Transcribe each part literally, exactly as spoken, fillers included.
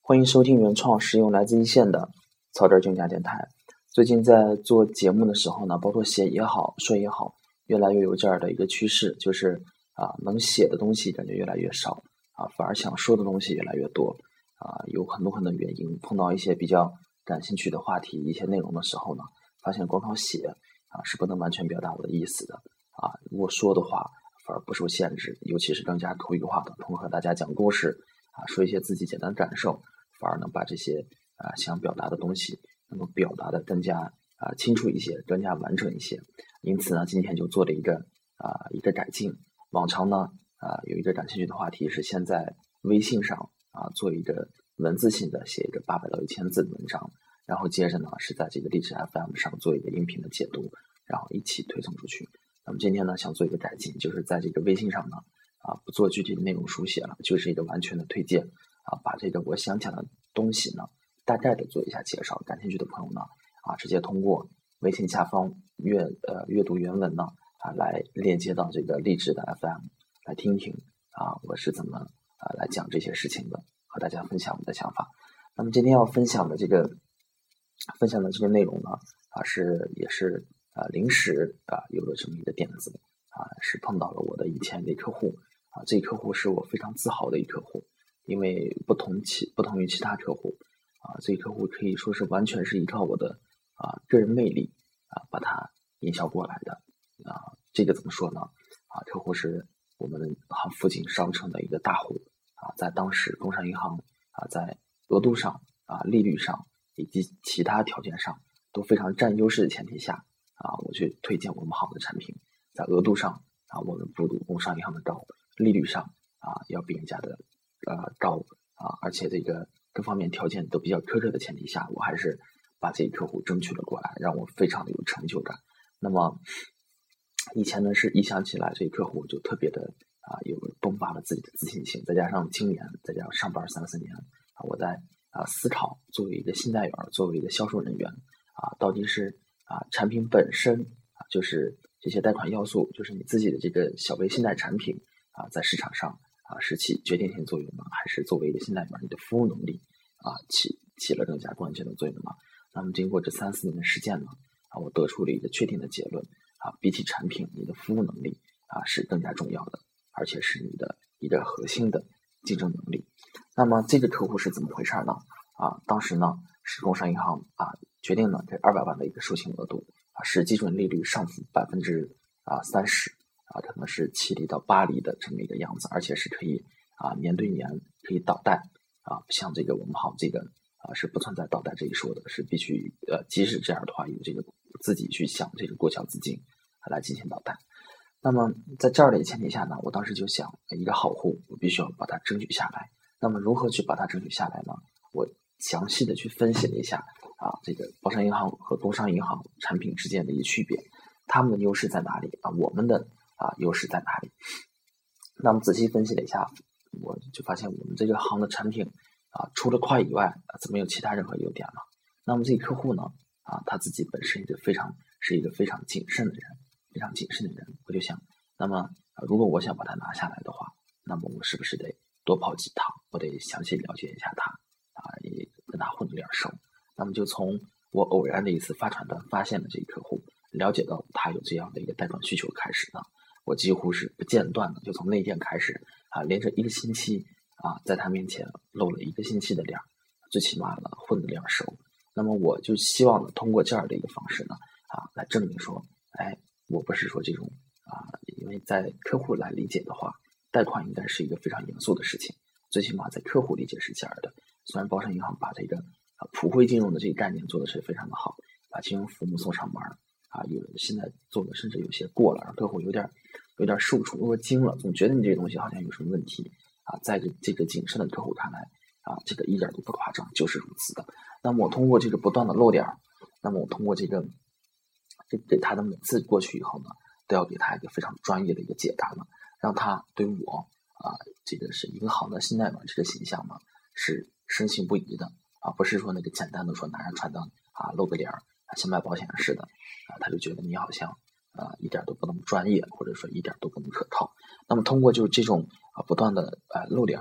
欢迎收听原创实用来自一线的草根军家电台。最近在做节目的时候呢，包括写也好说也好，越来越有这样的一个趋势，就是啊，能写的东西感觉越来越少啊，反而想说的东西越来越多啊，有很多很多原因。碰到一些比较感兴趣的话题、一些内容的时候呢，发现光靠写啊是不能完全表达我的意思的啊。如果说的话，反而不受限制，尤其是更加口语化的，通过和大家讲故事啊，说一些自己简单的感受，反而能把这些啊想表达的东西能够表达的更加啊清楚一些，更加完整一些。因此呢，今天就做了一个啊一个改进。往常呢啊有一个感兴趣的话题是先在微信上啊做一个文字性的写一个八百到一千字的文章，然后接着呢是在这个荔枝 F M 上做一个音频的解读，然后一起推送出去。那么今天呢想做一个改进，就是在这个微信上呢啊不做具体的内容书写了，就是一个完全的推荐啊，把这个我想讲的东西呢大概的做一下介绍。感兴趣的朋友呢啊直接通过微信下方阅呃阅读原文呢啊来链接到这个励志的 F M 来听听啊我是怎么啊来讲这些事情的，和大家分享我的想法。那么今天要分享的这个分享的这个内容呢啊是也是啊临时啊有了这么一个点子啊，是碰到了我的以前的客户啊，这个客户是我非常自豪的一客户，因为不同其不同于其他客户啊，这个客户可以说是完全是依靠我的啊个人魅力啊把它营销过来的啊。这个怎么说呢啊，客户是我们行附近商城的一个大户啊，在当时工商银行啊在额度上啊利率上以及其他条件上都非常占优势的前提下啊，我去推荐我们行的产品。在额度上啊我们不如工商银行的高，利率上啊要比人家的呃高啊，而且这个各方面条件都比较苛刻的前提下，我还是把这个客户争取了过来，让我非常的有成就感。那么以前呢是一想起来这个客户就特别的啊有迸发了自己的自信心，再加上今年再加上上班三四年啊，我在啊思考作为一个信贷员，作为一个销售人员啊，到底是啊产品本身啊就是这些贷款要素，就是你自己的这个小微信贷产品啊在市场上啊是起决定性作用呢，还是作为一个信贷员你的服务能力啊起起了更加关键的作用呢？那么经过这三四年的实践呢啊，我得出了一个确定的结论啊，比起产品，你的服务能力啊是更加重要的，而且是你的一个核心的竞争能力。那么这个客户是怎么回事呢？啊，当时呢是工商银行啊决定了这二百万的一个授信额度啊，是基准利率上浮百分之啊三十啊，可能是七厘到八厘的这么一个样子，而且是可以啊年对年可以倒贷啊，像这个我们行这个啊是不存在倒贷这一说的，是必须呃即使这样的话有这个自己去想这个过桥资金来进行倒贷。那么在这样的前提下呢，我当时就想一个好户我必须要把它争取下来。那么如何去把它争取下来呢？我详细的去分析了一下啊，这个包商银行和工商银行产品之间的一个区别，他们的优势在哪里啊？我们的啊优势在哪里？那么仔细分析了一下，我就发现我们这个行的产品啊，除了快以外，啊，怎么有其他任何优点呢？那么这个客户呢啊，他自己本身也就非常是一个非常谨慎的人，非常谨慎的人。我就想，那么、啊、如果我想把它拿下来的话，那么我是不是得多跑几趟？我得详细了解一下他啊，也跟他混着点熟。那么就从我偶然的一次发传单发现了这个客户，了解到他有这样的一个贷款需求开始呢，我几乎是不间断的，就从那天开始啊，连着一个星期啊，在他面前露了一个星期的脸，最起码呢混得脸熟。那么我就希望呢，通过这样的一个方式呢啊，来证明说，哎，我不是说这种啊，因为在客户来理解的话，贷款应该是一个非常严肃的事情，最起码在客户理解是这样的。虽然包商银行把这个啊普惠金融的这个概念做的是非常的好，把金融服务送上门啊，有现在做的甚至有些过了，让客户有点有点受宠若惊了，总觉得你这个东西好像有什么问题啊。在这这个谨慎的客户看来啊，这个一点都不夸张，就是如此的。那么我通过这个不断的漏点，那么我通过这个这给他的每次过去以后呢，都要给他一个非常专业的一个解答呢，让他对我啊这个是银行的信贷员这个形象呢是深信不疑的啊，不是说那个简单的说拿着传单啊露个脸儿，像卖保险似的啊，他就觉得你好像啊一点都不那么专业，或者说一点都不能可靠。那么通过就是这种啊不断的啊露脸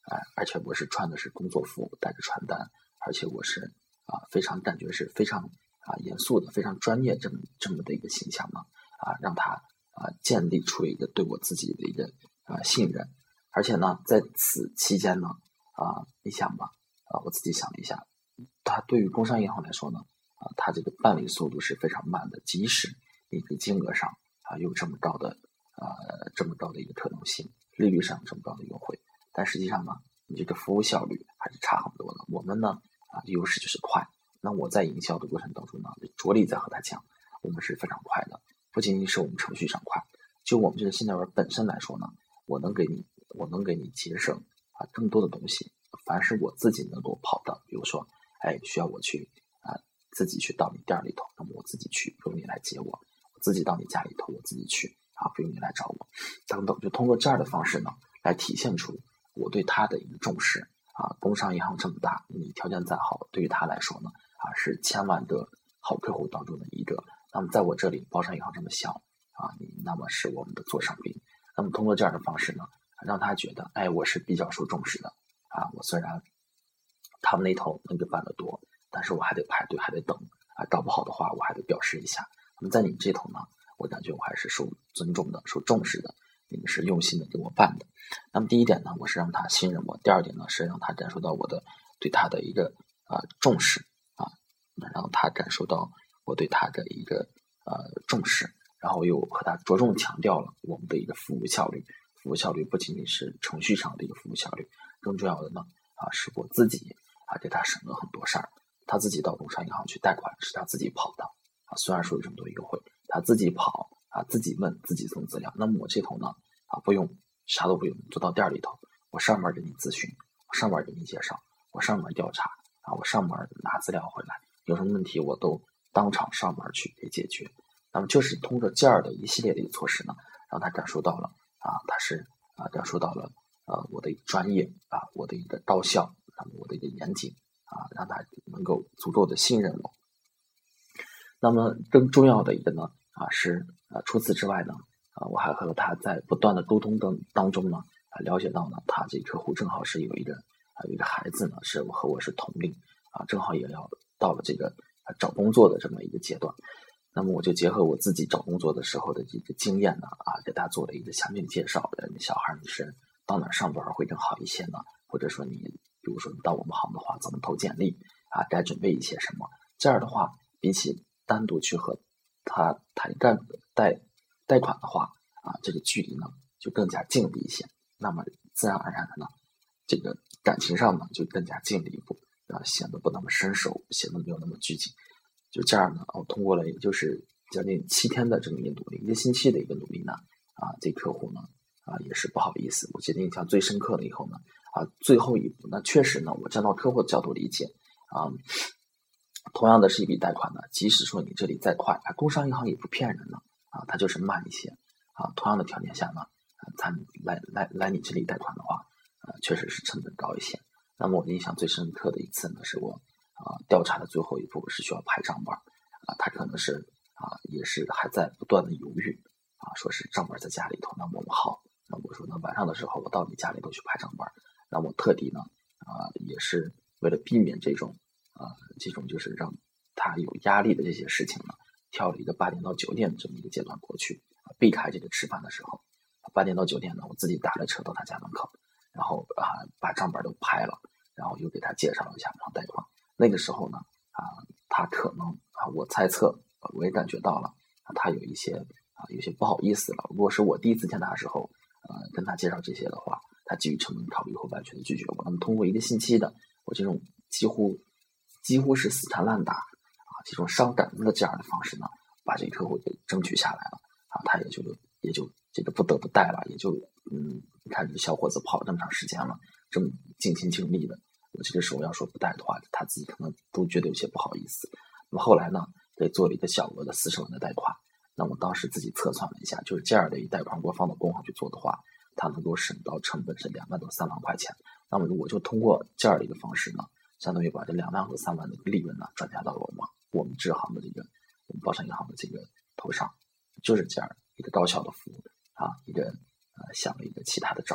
哎，而且我是穿的是工作服，带着传单，而且我是啊非常感觉是非常啊严肃的、非常专业这么这么的一个形象呢，啊让他啊建立出一个对我自己的一个啊信任，而且呢在此期间呢啊你想吧啊我自己想了一下，他对于工商银行来说呢啊他这个办理速度是非常慢的，即使你的金额上啊有这么高的呃这么高的一个可能性，利率上这么高的优惠。但实际上呢，你这个服务效率还是差很多的。我们呢，啊，优势就是快。那我在营销的过程当中呢，着力在和他讲，我们是非常快的。不仅仅是我们程序上快，就我们这个信贷文本身来说呢，我能给你，我能给你节省啊更多的东西。凡是我自己能够跑的，比如说，哎，需要我去啊自己去到你店里头，那么我自己去，不用你来接我；我自己到你家里头，我自己去啊，不用你来找我，等等。就通过这样的方式呢，来体现出我对他的一个重视啊，工商银行这么大，你条件再好，对于他来说呢，啊是千万个好客户当中的一个。那么在我这里，包商银行这么小啊，你那么是我们的座上宾。那么通过这样的方式呢，让他觉得，哎，我是比较受重视的啊。我虽然他们那头能够办得多，但是我还得排队，还得等啊，搞不好的话，我还得表示一下。那么在你这头呢，我感觉我还是受尊重的，受重视的。你们是用心的给我办的。那么第一点呢，我是让他信任我；第二点呢，是让他感受到我的对他的一个呃重视啊，让他感受到我对他的一个呃重视，然后又和他着重强调了我们的一个服务效率。服务效率不仅仅是程序上的一个服务效率，更重要的呢啊是我自己啊给他省了很多事儿。他自己到工商银行去贷款是他自己跑的啊，虽然说有这么多优惠，他自己跑。啊，自己问，自己送资料。那么我这头呢，啊，不用，啥都不用，坐到店里头，我上门给你咨询，我上门给你介绍，我上门调查，啊，我上门拿资料回来，有什么问题我都当场上门去给解决。那么就是通过这样的一系列的一个措施呢，让他感受到了啊，他是啊，感受到了呃我的一个专业啊，我的一个高效，那么我的一个严谨啊，让他能够足够的信任我。那么更重要的一个呢。啊，是呃，除此之外呢，啊，我还和他在不断的沟通当当中呢，啊，了解到呢，他这客户正好是有一个啊，有一个孩子呢，是我和我是同龄啊，正好也要到了这个啊找工作的这么一个阶段。那么我就结合我自己找工作的时候的一个经验呢，啊，给他做了一个详尽介绍。呃，小孩你是到哪儿上班会更好一些呢？或者说你，比如说你到我们行的话，怎么投简历啊？该准备一些什么？这样的话，比起单独去和他谈贷贷贷款的话啊，这个距离呢就更加近了一些，那么自然而然的呢，这个感情上呢就更加近了一步，啊，显得不那么生疏，显得没有那么拘谨。就这样呢，我通过了也就是将近七天的这么一个努力，一个星期的一个努力呢，啊，这客户呢啊也是不好意思，我记得印象最深刻的以后呢，啊，最后一步那确实呢，我站到客户的角度理解啊。同样的是一笔贷款呢，即使说你这里再快，啊，工商银行也不骗人呢，啊，它就是慢一些，啊，同样的条件下呢，啊，咱来来来你这里贷款的话，呃，确实是成本高一些。那么我印象最深刻的一次呢，是我啊调查的最后一步是需要排账本，啊，他可能是啊也是还在不断的犹豫，啊，说是账本在家里头，那么我好，那我说那晚上的时候我到你家里头去排账本，那我特地呢啊也是为了避免这种。啊，这种就是让他有压力的这些事情呢，挑了一个八点到九点的这么一个阶段过去，避开这个吃饭的时候。八点到九点呢，我自己打了车到他家门口，然后啊把账本都拍了，然后又给他介绍了一下房贷款。那个时候呢，啊他可能啊我猜测，我也感觉到了，啊他有一些啊有些不好意思了。如果是我第一次见他的时候，呃跟他介绍这些的话，他基于成本考虑会完全的拒绝我。那么通过一个星期的我这种几乎。几乎是死缠烂打啊，这种伤感子的这样的方式呢，把这个客户给争取下来了啊，他也就也就这个不得不贷了，也就嗯，你看这个小伙子跑了这么长时间了，这么尽心尽力的，我这个时候要说不贷的话，他自己可能都觉得有些不好意思。那么后来呢，给做了一个小额的四十万的贷款，那我当时自己测算了一下，就是这样的一贷款，如果放到工行去做的话，他能够省到成本是两万到三万块钱。那么我就通过这样的一个方式呢。相当于把这两万和三万的利润呢转嫁到了我们我们支行的这个我们包商银行的这个头上，就是这样一个高效的服务啊，一个呃想了一个其他的招啊，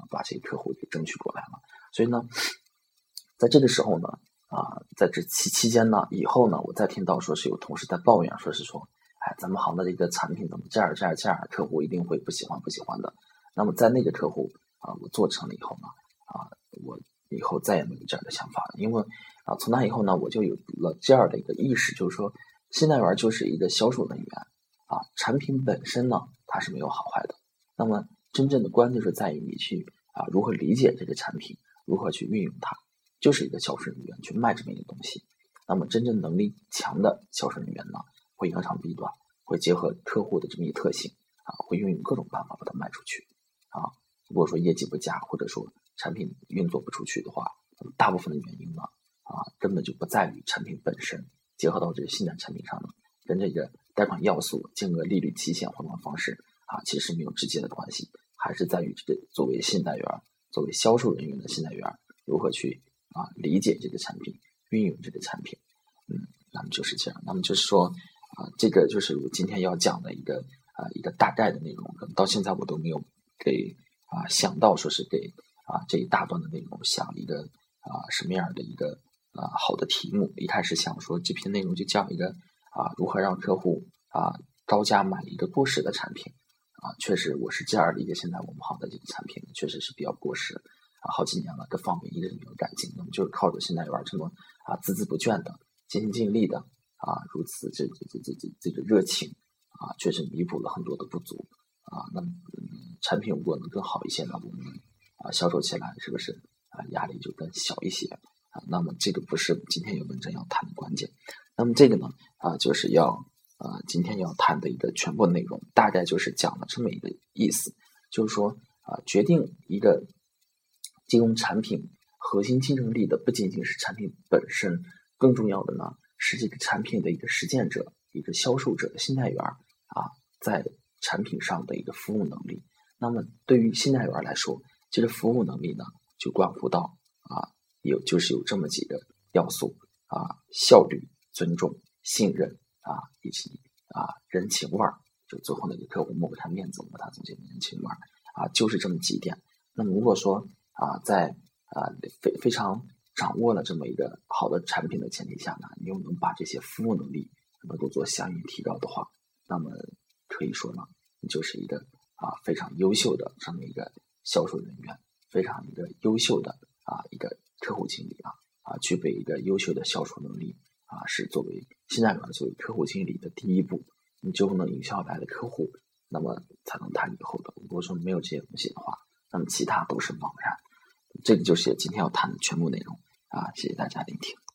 把这些客户给争取过来了。所以呢，在这个时候呢，啊，在这期期间呢，以后呢，我再听到说是有同事在抱怨，说是说，哎，咱们行的这个产品怎么这样这样这样，客户一定会不喜欢不喜欢的。那么在那个客户啊，我做成了以后呢，啊，我以后再也没有这样的想法了，因为啊，从那以后呢，我就有了这样的一个意识，就是说，信贷员就是一个销售人员啊，产品本身呢，它是没有好坏的。那么真正的关键是在于你去啊，如何理解这个产品，如何去运用它，就是一个销售人员去卖这么一个东西。那么真正能力强的销售人员呢，会扬长避短，会结合客户的这么一个特性啊，会运用各种办法把它卖出去啊。如果说业绩不佳，或者说产品运作不出去的话，那么大部分的原因呢，啊，根本就不在于产品本身，结合到这个信贷产品上呢，跟这个贷款要素、金额、利率、期限、还款方式啊，其实没有直接的关系，还是在于这个作为信贷员、作为销售人员的信贷员如何去啊理解这个产品，运用这个产品。嗯，那么就是这样。那么就是说啊，这个就是我今天要讲的一个啊一个大概的内容，可能到现在我都没有给啊想到说是给啊这一大段的内容想一个啊什么样的一个啊好的题目。一开始想说这篇内容就讲一个啊如何让客户啊高价买一个过时的产品啊，确实我是这样的一个现在我们行的这个产品确实是比较过时啊，好几年了，各方面一直没有改进，那么就是靠着信贷员这么啊孜孜不倦的、尽心尽力的啊，如此这这这这这这个热情啊，确实弥补了很多的不足啊。那么、嗯、产品如果能更好一些呢，我们啊销售起来是不是啊压力就更小一些啊？那么这个不是今天有文章要谈的关键。那么这个呢啊就是要啊今天要谈的一个全部内容，大概就是讲了这么一个意思，就是说啊决定一个金融产品核心竞争力的不仅仅是产品本身，更重要的呢是这个产品的一个实践者、一个销售者、信贷员啊，在产品上的一个服务能力。那么对于信贷员来说，其实服务能力呢就关乎到啊有就是有这么几个要素啊：效率、尊重、信任啊，以及啊人情味儿。就最后那个客户抹不开面子，我们把它总结人情味儿啊，就是这么几点。那么如果说啊，在啊非非常掌握了这么一个好的产品的前提下呢，你又能把这些服务能力能够做相应提高的话，那么可以说呢，你就是一个啊非常优秀的这么一个销售人员，非常一个优秀的啊一个客户经理啊啊，具备一个优秀的销售能力啊，是作为信贷员作为客户经理的第一步，你就能营销来的客户，那么才能谈以后的。如果说没有这些东西的话，那么其他都是茫然。这个就是今天要谈的全部内容啊，谢谢大家聆听。